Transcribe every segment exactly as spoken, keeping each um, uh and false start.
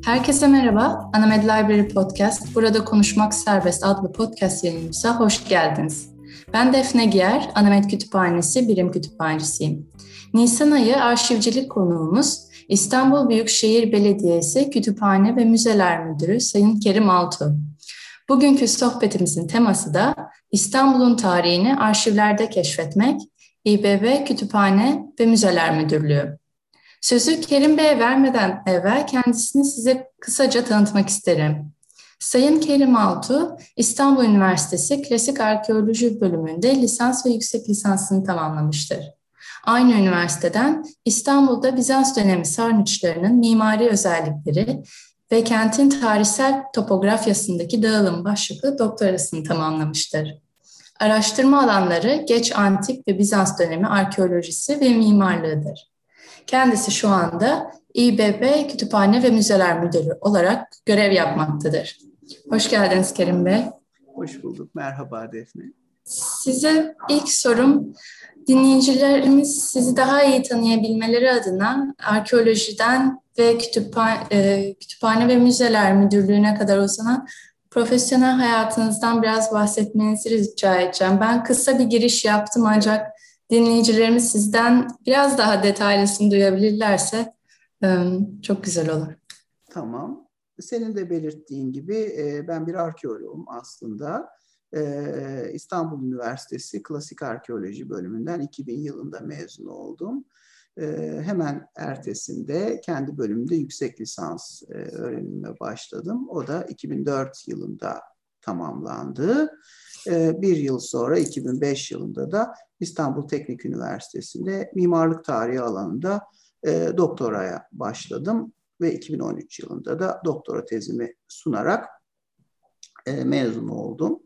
Herkese merhaba, Anamed Library Podcast, Burada Konuşmak Serbest adlı podcast yayınımıza hoş geldiniz. Ben Defne Giyer, Anamed Kütüphanesi Birim Kütüphanecisiyim. Nisan ayı arşivcilik konuğumuz İstanbul Büyükşehir Belediyesi Kütüphane ve Müzeler Müdürü Sayın Kerim Altuğ. Bugünkü sohbetimizin teması da İstanbul'un tarihini arşivlerde keşfetmek, İBB Kütüphane ve Müzeler Müdürlüğü. Sözü Kerim Bey'e vermeden evvel kendisini size kısaca tanıtmak isterim. Sayın Kerim Altuğ, İstanbul Üniversitesi Klasik Arkeoloji bölümünde lisans ve yüksek lisansını tamamlamıştır. Aynı üniversiteden İstanbul'da Bizans dönemi sarnıçlarının mimari özellikleri ve kentin tarihsel topografyasındaki dağılım başlıklı doktorasını tamamlamıştır. Araştırma alanları Geç Antik ve Bizans dönemi arkeolojisi ve mimarlığıdır. Kendisi şu anda İBB Kütüphane ve Müzeler Müdürü olarak görev yapmaktadır. Hoş geldiniz Kerim Bey. Hoş bulduk. Merhaba Defne. Size ilk sorum, dinleyicilerimiz sizi daha iyi tanıyabilmeleri adına arkeolojiden ve kütüphane, e, kütüphane ve müzeler müdürlüğüne kadar uzanan profesyonel hayatınızdan biraz bahsetmenizi rica edeceğim. Ben kısa bir giriş yaptım ancak dinleyicilerimiz sizden biraz daha detaylısını duyabilirlerse çok güzel olur. Tamam. Senin de belirttiğin gibi ben bir arkeoloğum aslında. İstanbul Üniversitesi Klasik Arkeoloji bölümünden iki bin yılında mezun oldum. Hemen ertesinde kendi bölümümde yüksek lisans öğrenimine başladım. O da iki bin dört yılında tamamlandı. Bir yıl sonra iki bin beş yılında da İstanbul Teknik Üniversitesi'nde mimarlık tarihi alanında doktoraya başladım. Ve iki bin on üç yılında da doktora tezimi sunarak mezun oldum.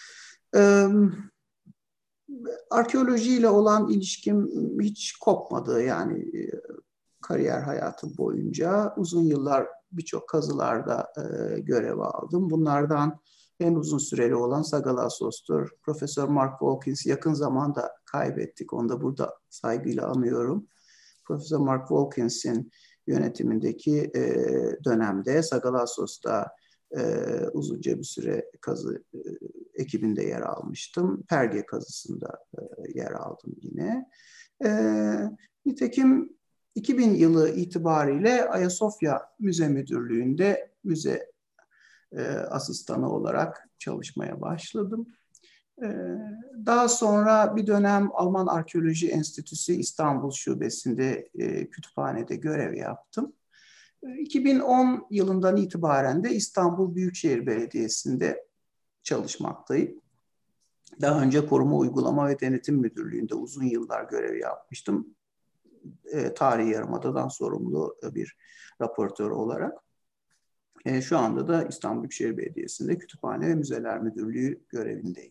Arkeolojiyle olan ilişkim hiç kopmadı. Yani kariyer hayatım boyunca uzun yıllar birçok kazılarda görev aldım. Bunlardan en uzun süreli olan Sagalassos'tur. Profesör Mark Wilkins'i yakın zamanda kaybettik. Onu da burada saygıyla anıyorum. Profesör Mark Wilkins'in yönetimindeki dönemde Sagalassos'ta uzunca bir süre kazı ekibinde yer almıştım. Perge kazısında yer aldım yine. Nitekim iki bin yılı itibariyle Ayasofya Müze Müdürlüğü'nde müze asistanı olarak çalışmaya başladım. Daha sonra bir dönem Alman Arkeoloji Enstitüsü İstanbul Şubesi'nde kütüphanede görev yaptım. iki bin on yılından itibaren de İstanbul Büyükşehir Belediyesi'nde çalışmaktayım. Daha önce Koruma Uygulama ve Denetim Müdürlüğü'nde uzun yıllar görev yapmıştım. Tarihi Yarımada'dan sorumlu bir raportör olarak. Şu anda da İstanbul Büyükşehir Belediyesi'nde Kütüphane ve Müzeler Müdürlüğü görevindeyim.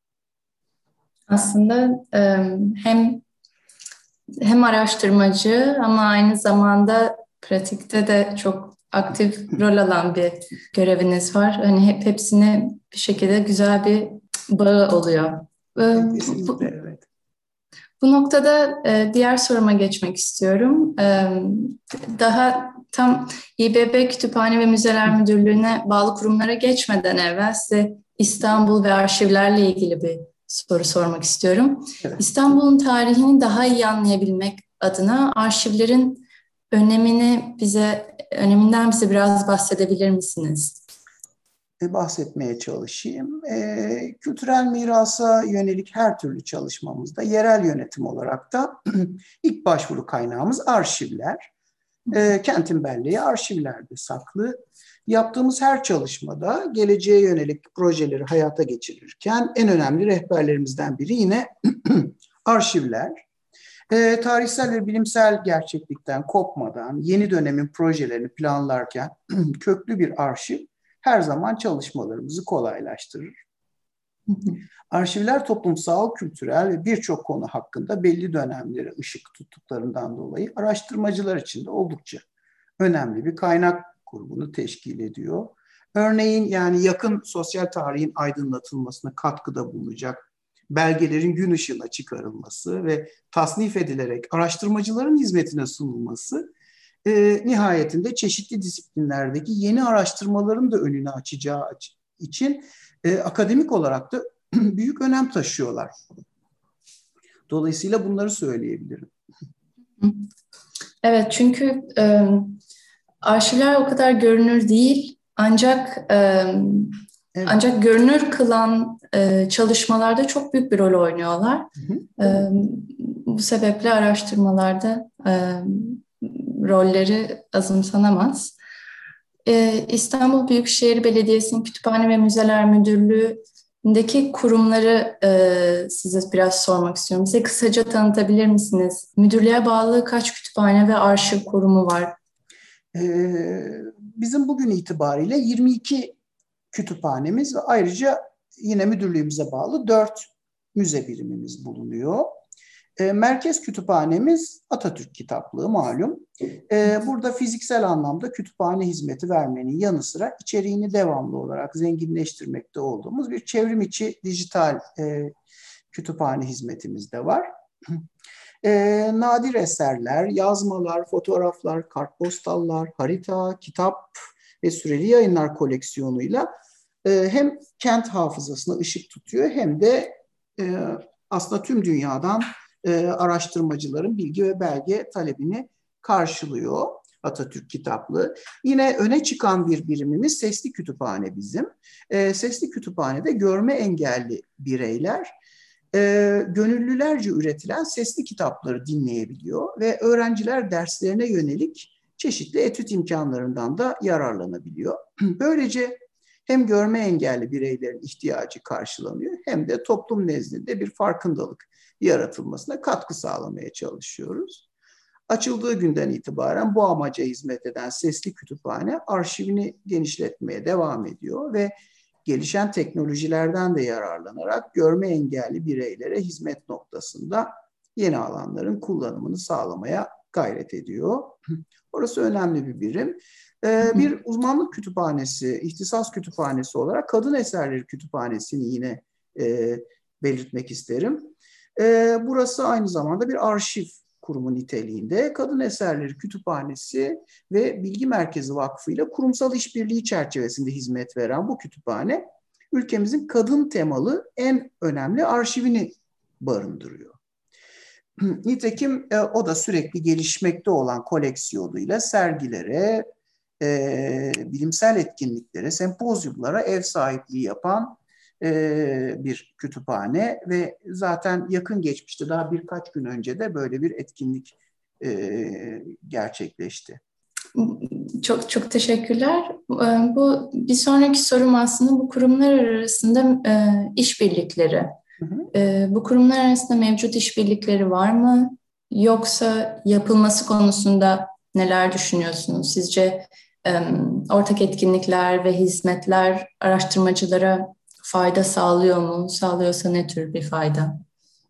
Aslında hem hem araştırmacı ama aynı zamanda pratikte de çok aktif rol alan bir göreviniz var. Hani hep hepsine bir şekilde güzel bir bağı oluyor. Kesinlikle, evet. Bu noktada diğer soruma geçmek istiyorum. Daha tam İBB Kütüphane ve Müzeler Müdürlüğü'ne bağlı kurumlara geçmeden evvel size İstanbul ve arşivlerle ilgili bir soru sormak istiyorum. Evet. İstanbul'un tarihini daha iyi anlayabilmek adına arşivlerin önemini bize, öneminden bize biraz bahsedebilir misiniz? Bahsetmeye çalışayım. E, kültürel mirasa yönelik her türlü çalışmamızda yerel yönetim olarak da ilk başvuru kaynağımız arşivler. E, kentin belleği arşivlerde saklı. Yaptığımız her çalışmada geleceğe yönelik projeleri hayata geçirirken en önemli rehberlerimizden biri yine arşivler. E, tarihsel ve bilimsel gerçeklikten kopmadan yeni dönemin projelerini planlarken köklü bir arşiv her zaman çalışmalarımızı kolaylaştırır. Arşivler toplumsal, kültürel ve birçok konu hakkında belli dönemlere ışık tuttuklarından dolayı araştırmacılar için de oldukça önemli bir kaynak grubunu teşkil ediyor. Örneğin yani yakın sosyal tarihin aydınlatılmasına katkıda bulunacak belgelerin gün ışığına çıkarılması ve tasnif edilerek araştırmacıların hizmetine sunulması e, nihayetinde çeşitli disiplinlerdeki yeni araştırmaların da önünü açacağı için e, akademik olarak da büyük önem taşıyorlar. Dolayısıyla bunları söyleyebilirim. Evet, çünkü e, arşivler o kadar görünür değil, ancak e, evet. ancak görünür kılan e, çalışmalarda çok büyük bir rol oynuyorlar. Hı hı. E, bu sebeple araştırmalarda e, rolleri azımsanamaz. E, İstanbul Büyükşehir Belediyesi'nin Kütüphane ve Müzeler Müdürlüğü'ndeki kurumları e, size biraz sormak istiyorum. Bize kısaca tanıtabilir misiniz? Müdürlüğe bağlı kaç kütüphane ve arşiv kurumu var? Ee, bizim bugün itibariyle yirmi iki kütüphanemiz ve ayrıca yine müdürlüğümüze bağlı dört müze birimimiz bulunuyor. E, merkez kütüphanemiz Atatürk Kitaplığı malum. E, burada fiziksel anlamda kütüphane hizmeti vermenin yanı sıra içeriğini devamlı olarak zenginleştirmekte olduğumuz bir çevrim içi dijital e, kütüphane hizmetimiz de var. E, nadir eserler, yazmalar, fotoğraflar, kartpostallar, harita, kitap ve süreli yayınlar koleksiyonuyla e, hem kent hafızasına ışık tutuyor hem de e, aslında tüm dünyadan e, araştırmacıların bilgi ve belge talebini karşılıyor Atatürk Kitaplığı. Yine öne çıkan bir birimimiz Sesli Kütüphane bizim. E, Sesli Kütüphane'de görme engelli bireyler e, gönüllülerce üretilen sesli kitapları dinleyebiliyor ve öğrenciler derslerine yönelik çeşitli etüt imkanlarından da yararlanabiliyor. Böylece hem görme engelli bireylerin ihtiyacı karşılanıyor hem de toplum nezdinde bir farkındalık yaratılmasına katkı sağlamaya çalışıyoruz. Açıldığı günden itibaren bu amaca hizmet eden Sesli Kütüphane arşivini genişletmeye devam ediyor ve gelişen teknolojilerden de yararlanarak görme engelli bireylere hizmet noktasında yeni alanların kullanımını sağlamaya gayret ediyor. Orası önemli bir birim. Ee, bir uzmanlık kütüphanesi, ihtisas kütüphanesi olarak Kadın Eserleri Kütüphanesi'ni yine e, belirtmek isterim. E, burası aynı zamanda bir arşiv kurumu niteliğinde. Kadın Eserleri Kütüphanesi ve Bilgi Merkezi Vakfı ile kurumsal işbirliği çerçevesinde hizmet veren bu kütüphane, ülkemizin kadın temalı en önemli arşivini barındırıyor. Nitekim e, o da sürekli gelişmekte olan koleksiyonuyla sergilere, e, bilimsel etkinliklere, sempozyumlara ev sahipliği yapan e, bir kütüphane ve zaten yakın geçmişte daha birkaç gün önce de böyle bir etkinlik e, gerçekleşti. Çok çok teşekkürler. Bu bir sonraki sorum aslında bu kurumlar arasında e, işbirlikleri. Hı hı. E, bu kurumlar arasında mevcut işbirlikleri var mı? Yoksa yapılması konusunda neler düşünüyorsunuz? Sizce e, ortak etkinlikler ve hizmetler araştırmacılara fayda sağlıyor mu? Sağlıyorsa ne tür bir fayda?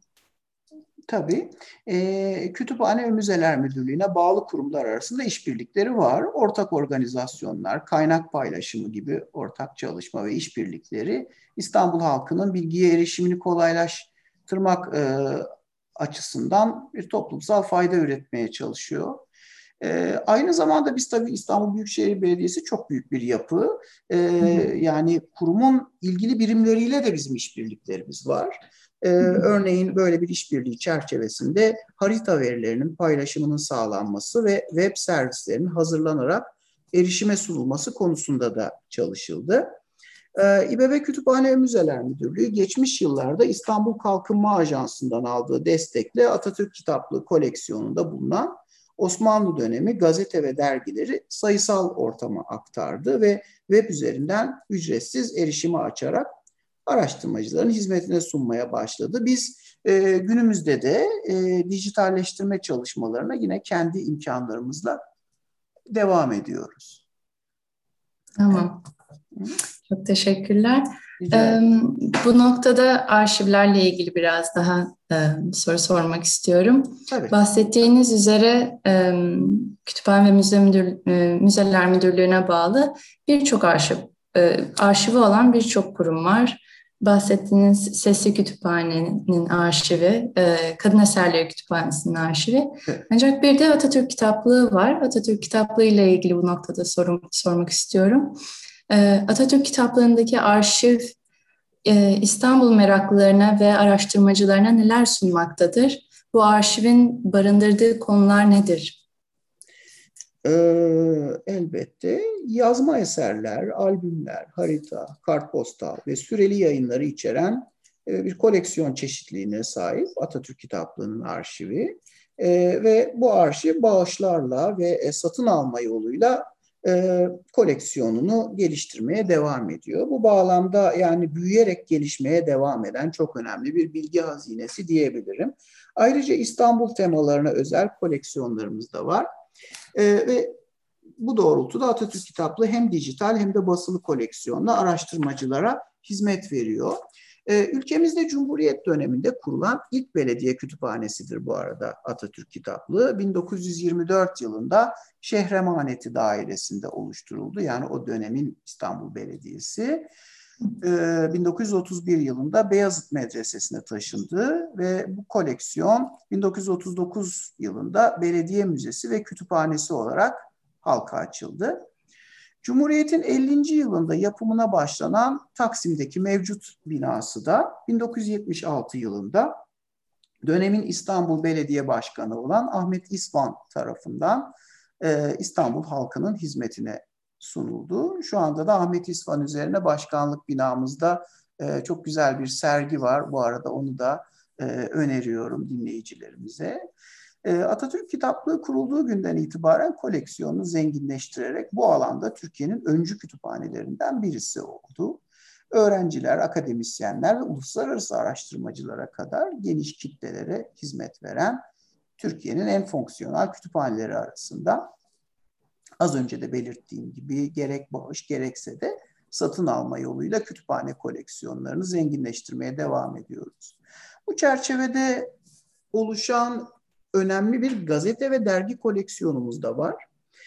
Tabii. E, Kütüphane ve Müzeler Müdürlüğü'ne bağlı kurumlar arasında işbirlikleri var. Ortak organizasyonlar, kaynak paylaşımı gibi ortak çalışma ve işbirlikleri İstanbul halkının bilgiye erişimini kolaylaştırmak e, açısından bir toplumsal fayda üretmeye çalışıyor. Ee, aynı zamanda biz tabii İstanbul Büyükşehir Belediyesi çok büyük bir yapı. Ee, yani kurumun ilgili birimleriyle de bizim işbirliklerimiz var. Ee, örneğin böyle bir işbirliği çerçevesinde harita verilerinin paylaşımının sağlanması ve web servislerinin hazırlanarak erişime sunulması konusunda da çalışıldı. Ee, İBB Kütüphane ve Müzeler Müdürlüğü geçmiş yıllarda İstanbul Kalkınma Ajansı'ndan aldığı destekle Atatürk Kitaplığı koleksiyonunda bulunan Osmanlı dönemi gazete ve dergileri sayısal ortama aktardı ve web üzerinden ücretsiz erişimi açarak araştırmacıların hizmetine sunmaya başladı. Biz e, günümüzde de e, dijitalleştirme çalışmalarına yine kendi imkanlarımızla devam ediyoruz. Tamam. Çok teşekkürler. Ee, bu noktada arşivlerle ilgili biraz daha e, soru sormak istiyorum. Tabii. Bahsettiğiniz üzere e, Kütüphane ve Müze Müdür, e, Müzeler Müdürlüğü'ne bağlı birçok arşiv, e, arşivi olan birçok kurum var. bahsettiğiniz Sesli Kütüphane'nin arşivi, e, Kadın Eserleri Kütüphanesi'nin arşivi. Evet. Ancak bir de Atatürk Kitaplığı var. Atatürk Kitaplığı ile ilgili bu noktada sorum, sormak istiyorum. E, Atatürk Kitaplığı'ndaki arşiv e, İstanbul meraklılarına ve araştırmacılarına neler sunmaktadır? Bu arşivin barındırdığı konular nedir? Ee, elbette yazma eserler, albümler, harita, kartpostal ve süreli yayınları içeren e, bir koleksiyon çeşitliliğine sahip Atatürk Kitaplığı'nın arşivi. E, ve bu arşiv bağışlarla ve e, satın alma yoluyla e, koleksiyonunu geliştirmeye devam ediyor. Bu bağlamda yani büyüyerek gelişmeye devam eden çok önemli bir bilgi hazinesi diyebilirim. Ayrıca İstanbul temalarına özel koleksiyonlarımız da var. Ee, ve bu doğrultuda Atatürk Kitaplığı hem dijital hem de basılı koleksiyonla araştırmacılara hizmet veriyor. Ee, ülkemizde Cumhuriyet döneminde kurulan ilk belediye kütüphanesidir bu arada Atatürk Kitaplığı. bin dokuz yüz yirmi dört yılında Şehremaneti dairesinde oluşturuldu. Yani o dönemin İstanbul Belediyesi. bin dokuz yüz otuz bir yılında Beyazıt Medresesi'ne taşındı ve bu koleksiyon bin dokuz yüz otuz dokuz yılında Belediye Müzesi ve Kütüphanesi olarak halka açıldı. Cumhuriyet'in ellinci yılında yapımına başlanan Taksim'deki mevcut binası da bin dokuz yüz yetmiş altı yılında dönemin İstanbul Belediye Başkanı olan Ahmet İsvan tarafından İstanbul halkının hizmetine sunuldu. Şu anda da Ahmet İsvan üzerine başkanlık binamızda e, çok güzel bir sergi var. Bu arada onu da e, öneriyorum dinleyicilerimize. E, Atatürk Kitaplığı kurulduğu günden itibaren koleksiyonunu zenginleştirerek bu alanda Türkiye'nin öncü kütüphanelerinden birisi oldu. Öğrenciler, akademisyenler ve uluslararası araştırmacılara kadar geniş kitlelere hizmet veren Türkiye'nin en fonksiyonel kütüphaneleri arasında. Az önce de belirttiğim gibi gerek bağış gerekse de satın alma yoluyla kütüphane koleksiyonlarını zenginleştirmeye devam ediyoruz. Bu çerçevede oluşan önemli bir gazete ve dergi koleksiyonumuz da var.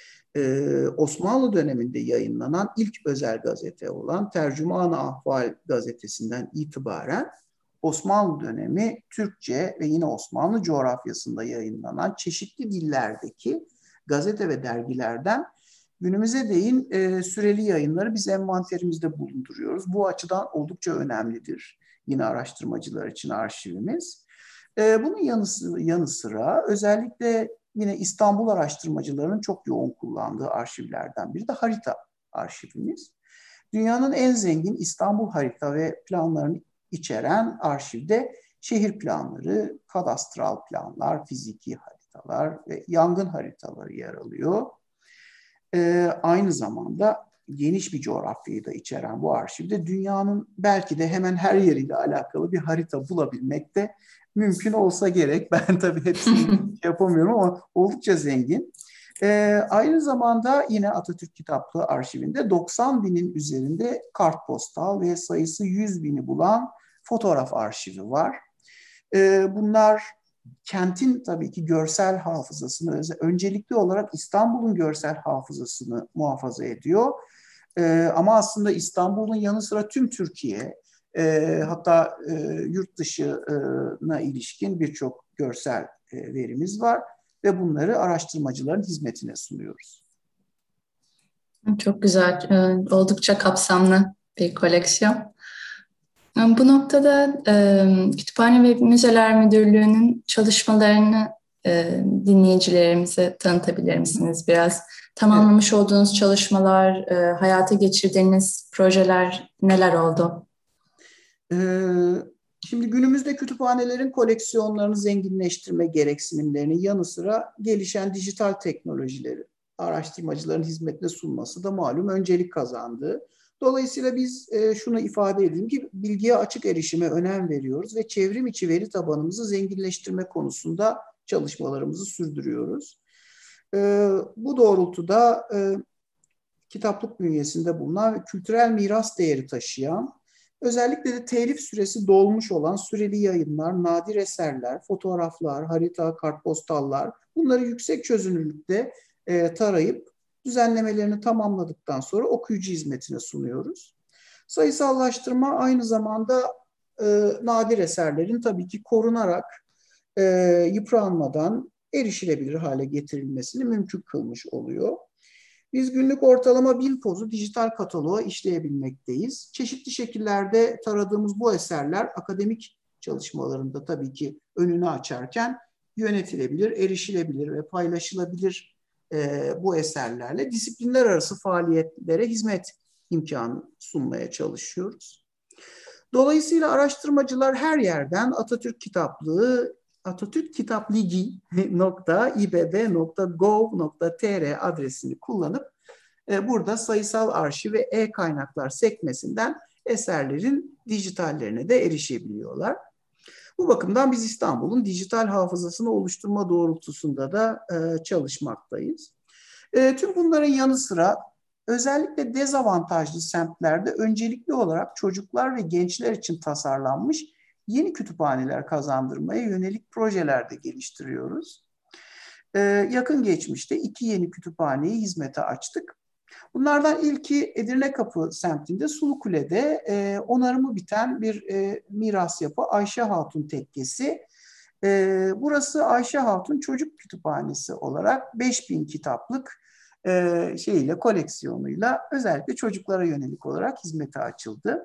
Ee, Osmanlı döneminde yayınlanan ilk özel gazete olan Tercüman-ı Ahval gazetesinden itibaren Osmanlı dönemi Türkçe ve yine Osmanlı coğrafyasında yayınlanan çeşitli dillerdeki gazete ve dergilerden günümüze değin e, süreli yayınları biz envanterimizde bulunduruyoruz. Bu açıdan oldukça önemlidir yine araştırmacılar için arşivimiz. E, bunun yanı, yanı sıra özellikle yine İstanbul araştırmacılarının çok yoğun kullandığı arşivlerden biri de harita arşivimiz. Dünyanın en zengin İstanbul harita ve planlarını içeren arşivde şehir planları, kadastral planlar, fiziki haritalar ve yangın haritaları yer alıyor. Ee, aynı zamanda geniş bir coğrafyayı da içeren bu arşivde dünyanın belki de hemen her yeriyle alakalı bir harita bulabilmek de mümkün olsa gerek. Ben tabii hepsini yapamıyorum ama oldukça zengin. Ee, aynı zamanda yine Atatürk Kitaplığı arşivinde doksan binin üzerinde kartpostal ve sayısı yüz bini bulan fotoğraf arşivi var. Ee, bunlar kentin tabii ki görsel hafızasını, öncelikli olarak İstanbul'un görsel hafızasını muhafaza ediyor. Ee, ama aslında İstanbul'un yanı sıra tüm Türkiye, e, hatta e, yurt dışına ilişkin birçok görsel e, verimiz var ve bunları araştırmacıların hizmetine sunuyoruz. Çok güzel, e, oldukça kapsamlı bir koleksiyon. Bu noktada e, Kütüphane ve Müzeler Müdürlüğü'nün çalışmalarını e, dinleyicilerimize tanıtabilir misiniz biraz? Tamamlamış evet. olduğunuz çalışmalar, e, hayata geçirdiğiniz projeler neler oldu? Ee, şimdi günümüzde kütüphanelerin koleksiyonlarını zenginleştirme gereksinimlerinin yanı sıra gelişen dijital teknolojileri araştırmacıların hizmetine sunması da malum öncelik kazandı. Dolayısıyla biz e, şunu ifade edeyim ki bilgiye açık erişime önem veriyoruz ve çevrim içi veri tabanımızı zenginleştirme konusunda çalışmalarımızı sürdürüyoruz. E, bu doğrultuda e, kitaplık bünyesinde bulunan ve kültürel miras değeri taşıyan, özellikle de telif süresi dolmuş olan süreli yayınlar, nadir eserler, fotoğraflar, harita, kartpostallar, bunları yüksek çözünürlükte e, tarayıp düzenlemelerini tamamladıktan sonra okuyucu hizmetine sunuyoruz. Sayısallaştırma aynı zamanda e, nadir eserlerin tabii ki korunarak e, yıpranmadan erişilebilir hale getirilmesini mümkün kılmış oluyor. Biz günlük ortalama bin pozu dijital kataloğa işleyebilmekteyiz. Çeşitli şekillerde taradığımız bu eserler akademik çalışmalarında tabii ki önünü açarken yönetilebilir, erişilebilir ve paylaşılabilir e, bu eserlerle disiplinler arası faaliyetlere hizmet imkanı sunmaya çalışıyoruz. Dolayısıyla araştırmacılar her yerden Atatürk Kitaplığı, atatürk kitapligi nokta i b b nokta gov nokta t r adresini kullanıp e, burada sayısal arşiv ve e-kaynaklar sekmesinden eserlerin dijitallerine de erişebiliyorlar. Bu bakımdan biz İstanbul'un dijital hafızasını oluşturma doğrultusunda da e, çalışmaktayız. E, tüm bunların yanı sıra özellikle dezavantajlı semtlerde öncelikli olarak çocuklar ve gençler için tasarlanmış yeni kütüphaneler kazandırmaya yönelik projeler de geliştiriyoruz. Ee, yakın geçmişte iki yeni kütüphaneyi hizmete açtık. Bunlardan ilki Edirnekapı semtinde Sulukule'de e, onarımı biten bir e, miras yapı Ayşe Hatun Tekkesi. E, burası Ayşe Hatun Çocuk Kütüphanesi olarak beş bin kitaplık e, şeyiyle, koleksiyonuyla özellikle çocuklara yönelik olarak hizmete açıldı.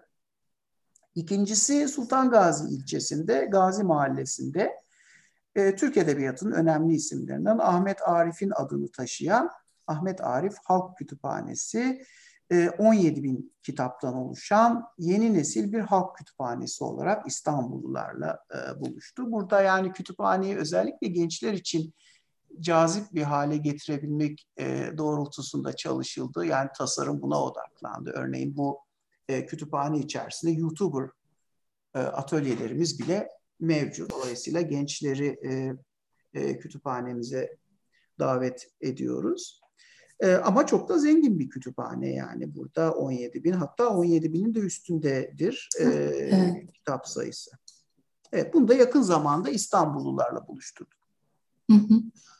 İkincisi Sultan Gazi ilçesinde, Gazi Mahallesi'nde e, Türk Edebiyatı'nın önemli isimlerinden Ahmet Arif'in adını taşıyan Ahmet Arif Halk Kütüphanesi, e, on yedi bin kitaptan oluşan yeni nesil bir halk kütüphanesi olarak İstanbullularla e, buluştu. Burada yani kütüphaneyi özellikle gençler için cazip bir hale getirebilmek e, doğrultusunda çalışıldı. Yani tasarım buna odaklandı. Örneğin bu e, kütüphane içerisinde YouTuber e, atölyelerimiz bile mevcut. Dolayısıyla gençleri e, e, kütüphanemize davet ediyoruz. E, ama çok da zengin bir kütüphane yani. Burada on yedi bin, hatta on yedi binin de üstündedir e, evet. kitap sayısı. Evet, bunu da yakın zamanda İstanbullularla buluşturduk. Hı hı.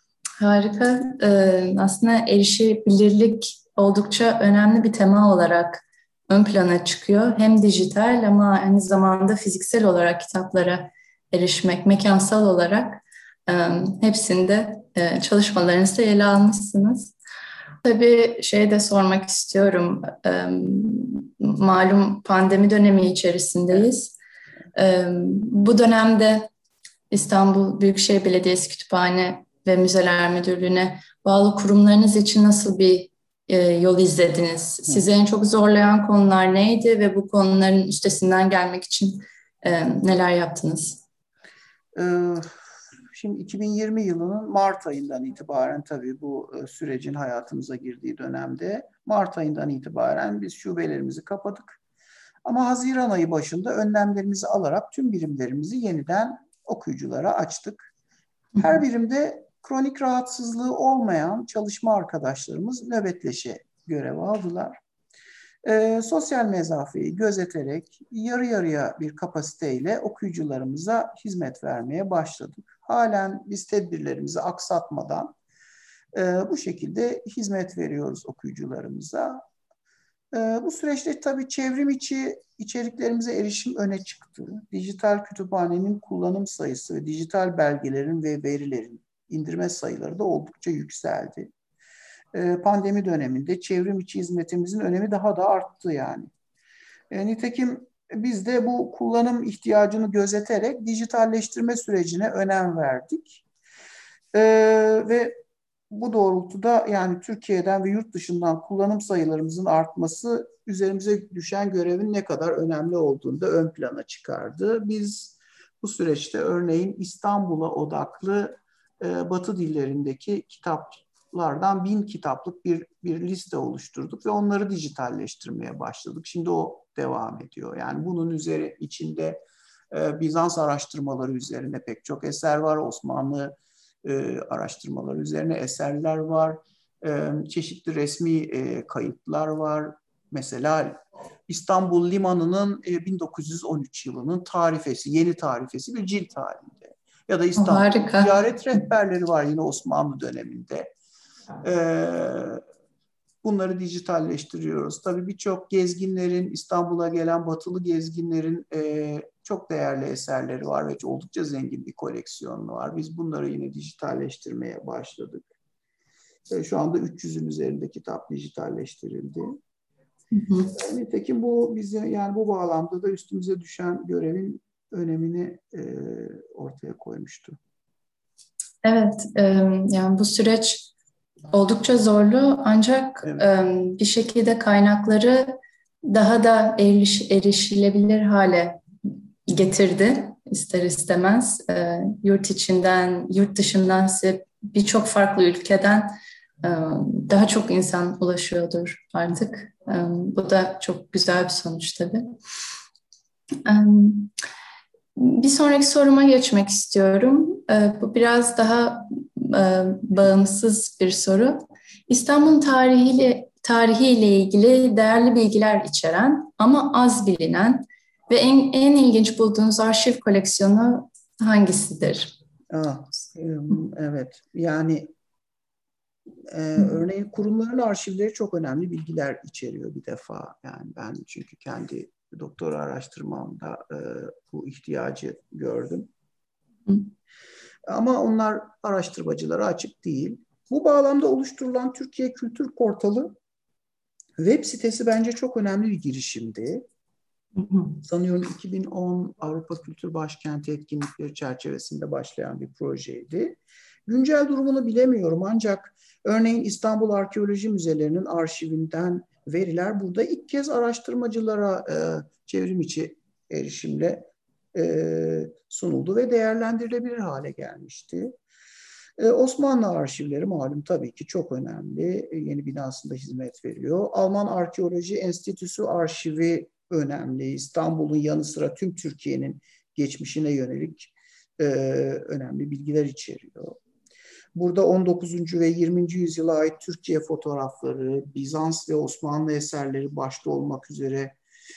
Harika. Ee, aslında erişebilirlik oldukça önemli bir tema olarak ön plana çıkıyor. Hem dijital ama aynı zamanda fiziksel olarak kitaplara erişmek, mekansal olarak e, hepsinde e, çalışmalarınızda ele almışsınız. Tabii şey de sormak istiyorum. E, malum pandemi dönemi içerisindeyiz. E, bu dönemde İstanbul Büyükşehir Belediyesi Kütüphane ve Müzeler Müdürlüğü'ne bağlı kurumlarınız için nasıl bir e, yol izlediniz? Sizi en çok zorlayan konular neydi ve bu konuların üstesinden gelmek için e, neler yaptınız? Şimdi iki bin yirmi yılının Mart ayından itibaren tabii bu sürecin hayatımıza girdiği dönemde Mart ayından itibaren biz şubelerimizi kapadık. Ama Haziran ayı başında önlemlerimizi alarak tüm birimlerimizi yeniden okuyuculara açtık. Her birimde kronik rahatsızlığı olmayan çalışma arkadaşlarımız nöbetleşe görev aldılar. E, sosyal mesafeyi gözeterek yarı yarıya bir kapasiteyle okuyucularımıza hizmet vermeye başladık. Halen biz tedbirlerimizi aksatmadan e, bu şekilde hizmet veriyoruz okuyucularımıza. E, bu süreçte tabii çevrim içi içeriklerimize erişim öne çıktı. Dijital kütüphanenin kullanım sayısı ve dijital belgelerin ve verilerin indirme sayıları da oldukça yükseldi. Pandemi döneminde çevrim içi hizmetimizin önemi daha da arttı yani. E, nitekim biz de bu kullanım ihtiyacını gözeterek dijitalleştirme sürecine önem verdik. E, ve bu doğrultuda yani Türkiye'den ve yurt dışından kullanım sayılarımızın artması üzerimize düşen görevin ne kadar önemli olduğunu da ön plana çıkardı. Biz bu süreçte örneğin İstanbul'a odaklı e, Batı dillerindeki kitap lardan bin kitaplık bir, bir liste oluşturduk ve onları dijitalleştirmeye başladık. Şimdi o devam ediyor. Yani bunun üzeri içinde e, Bizans araştırmaları üzerine pek çok eser var. Osmanlı e, araştırmaları üzerine eserler var. E, çeşitli resmi e, kayıtlar var. Mesela İstanbul Limanı'nın e, bin dokuz yüz on üç yılının tarifesi, yeni tarifesi bir cilt halinde. Ya da İstanbul ziyaret rehberleri var yine Osmanlı döneminde. Ee, bunları dijitalleştiriyoruz. Tabii birçok gezginlerin, İstanbul'a gelen batılı gezginlerin e, çok değerli eserleri var ve oldukça zengin bir koleksiyonu var. Biz bunları yine dijitalleştirmeye başladık. E, şu anda üç yüzün üzerinde kitap dijitalleştirildi. Hı hı. E, nitekim bu bize, yani bu bağlamda da üstümüze düşen görevin önemini e, ortaya koymuştu. Evet, e, yani bu süreç oldukça zorlu ancak evet. e, bir şekilde kaynakları daha da eriş, erişilebilir hale getirdi ister istemez. E, yurt içinden, yurt dışından ise birçok farklı ülkeden e, daha çok insan ulaşıyordur artık. E, bu da çok güzel bir sonuç tabii. E, Bir sonraki soruma geçmek istiyorum. Bu biraz daha bağımsız bir soru. İstanbul'un tarihiyle, tarihiyle ilgili değerli bilgiler içeren ama az bilinen ve en, en ilginç bulduğunuz arşiv koleksiyonu hangisidir? Ah, evet, yani e, örneğin kurumların arşivleri çok önemli bilgiler içeriyor bir defa. Yani ben çünkü kendi doktora araştırmamda e, bu ihtiyacı gördüm. Hı. Ama onlar araştırmacılara açık değil. Bu bağlamda oluşturulan Türkiye Kültür Portalı web sitesi bence çok önemli bir girişimdi. Hı hı. Sanıyorum iki bin on Avrupa Kültür Başkenti etkinlikleri çerçevesinde başlayan bir projeydi. Güncel durumunu bilemiyorum ancak örneğin İstanbul Arkeoloji Müzelerinin arşivinden veriler burada ilk kez araştırmacılara e, çevrim içi erişimle e, sunuldu ve değerlendirilebilir hale gelmişti. Ee, Osmanlı arşivleri malum tabii ki çok önemli. Ee, yeni binasında hizmet veriyor. Alman Arkeoloji Enstitüsü arşivi önemli. İstanbul'un yanı sıra tüm Türkiye'nin geçmişine yönelik e, önemli bilgiler içeriyor. Burada on dokuzuncu ve yirminci yüzyıla ait Türkiye fotoğrafları, Bizans ve Osmanlı eserleri başta olmak üzere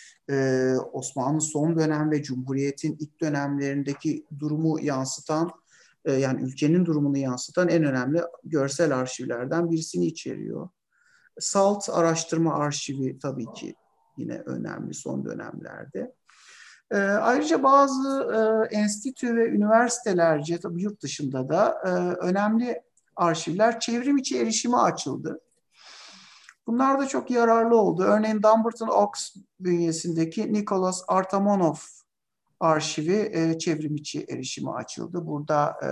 e, Osmanlı son dönem ve Cumhuriyet'in ilk dönemlerindeki durumu yansıtan, yani ülkenin durumunu yansıtan en önemli görsel arşivlerden birisini içeriyor. SALT Araştırma Arşivi tabii ki yine önemli son dönemlerde. E, ayrıca bazı e, enstitü ve üniversitelerce, tabii yurt dışında da e, önemli arşivler çevrim içi erişime açıldı. Bunlar da çok yararlı oldu. Örneğin Dumbarton Oaks bünyesindeki Nicholas Artamonov arşivi e, çevrim içi erişime açıldı. Burada e,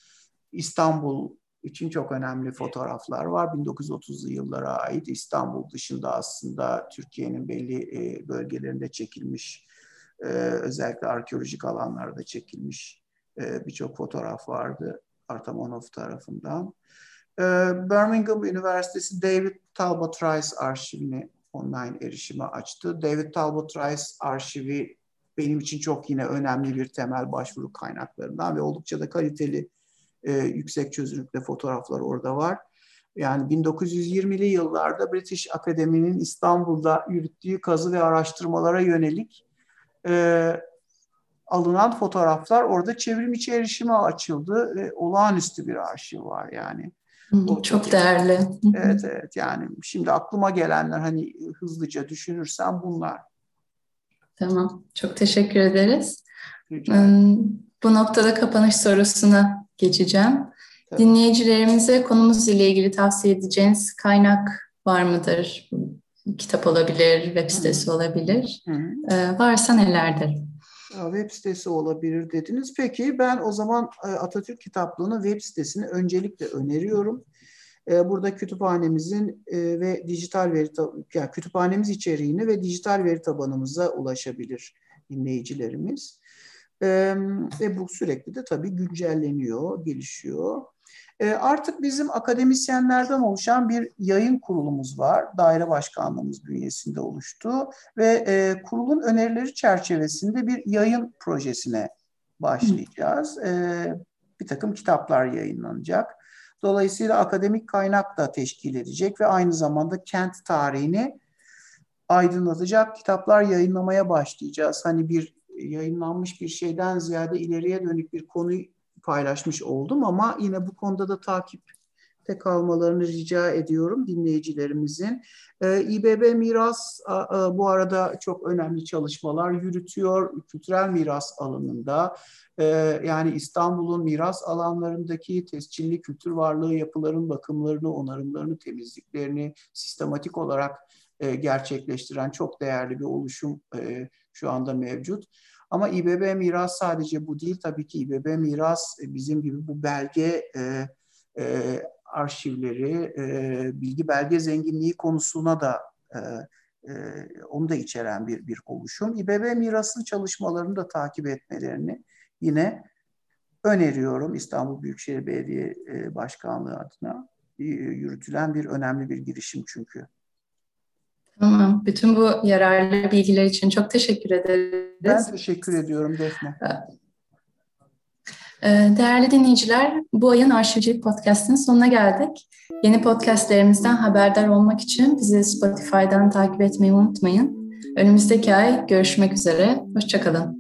İstanbul için çok önemli fotoğraflar var. bin dokuz yüz otuzlu yıllara ait İstanbul dışında aslında Türkiye'nin belli e, bölgelerinde çekilmiş, e, özellikle arkeolojik alanlarda çekilmiş e, birçok fotoğraf vardı Artamonov tarafından. E, Birmingham Üniversitesi David Talbot Rice arşivini online erişime açtı. David Talbot Rice arşivi benim için çok yine önemli bir temel başvuru kaynaklarından ve oldukça da kaliteli, e, yüksek çözünürlükte fotoğraflar orada var. Yani bin dokuz yüz yirmili yıllarda British Academy'nin İstanbul'da yürüttüğü kazı ve araştırmalara yönelik e, alınan fotoğraflar orada çevrim içi erişime açıldı ve olağanüstü bir arşiv var yani. Çok Orada, değerli. Evet evet, yani şimdi aklıma gelenler hani hızlıca düşünürsem bunlar. Tamam, çok teşekkür ederiz. Bu noktada kapanış sorusuna geçeceğim. Tabii. Dinleyicilerimize konumuz ile ilgili tavsiye edeceğiniz kaynak var mıdır? Kitap olabilir, web sitesi Hı-hı. olabilir. Hı-hı. Ee, varsa nelerdir? Web sitesi olabilir dediniz. Peki ben o zaman Atatürk Kitaplığı'nın web sitesini öncelikle öneriyorum. Burada kütüphanemizin ve dijital veri yani kütüphanemiz içeriğini ve dijital veri tabanımıza ulaşabilir dinleyicilerimiz. Ve bu sürekli de tabii güncelleniyor, gelişiyor. Artık bizim akademisyenlerden oluşan bir yayın kurulumuz var. Daire başkanlığımız bünyesinde oluştu ve kurulun önerileri çerçevesinde bir yayın projesine başlayacağız. Bir takım kitaplar yayınlanacak. Dolayısıyla akademik kaynak da teşkil edecek ve aynı zamanda kent tarihini aydınlatacak kitaplar yayınlamaya başlayacağız. Hani bir yayınlanmış bir şeyden ziyade ileriye dönük bir konuyu paylaşmış oldum ama yine bu konuda da takipte takipte kalmalarını rica ediyorum dinleyicilerimizin. Ee, İBB Miras a, a, bu arada çok önemli çalışmalar yürütüyor kültürel miras alanında. Ee, yani İstanbul'un miras alanlarındaki tescilli kültür varlığı yapıların bakımlarını, onarımlarını, temizliklerini sistematik olarak e, gerçekleştiren çok değerli bir oluşum e, şu anda mevcut. Ama İBB Miras sadece bu değil. Tabii ki İBB Miras bizim gibi bu belge e, e, arşivleri, e, bilgi belge zenginliği konusuna da e, e, onu da içeren bir bir oluşum. İBB Miras'ın çalışmalarını da takip etmelerini yine öneriyorum. İstanbul Büyükşehir Belediye Başkanlığı adına yürütülen bir önemli bir girişim çünkü. Tamam. Bütün bu yararlı bilgiler için çok teşekkür ederiz. Ben teşekkür ediyorum Defne. Değerli dinleyiciler, bu ayın Arşivcilik Podcast'ın sonuna geldik. Yeni podcastlerimizden haberdar olmak için bizi Spotify'dan takip etmeyi unutmayın. Önümüzdeki ay görüşmek üzere. Hoşça kalın.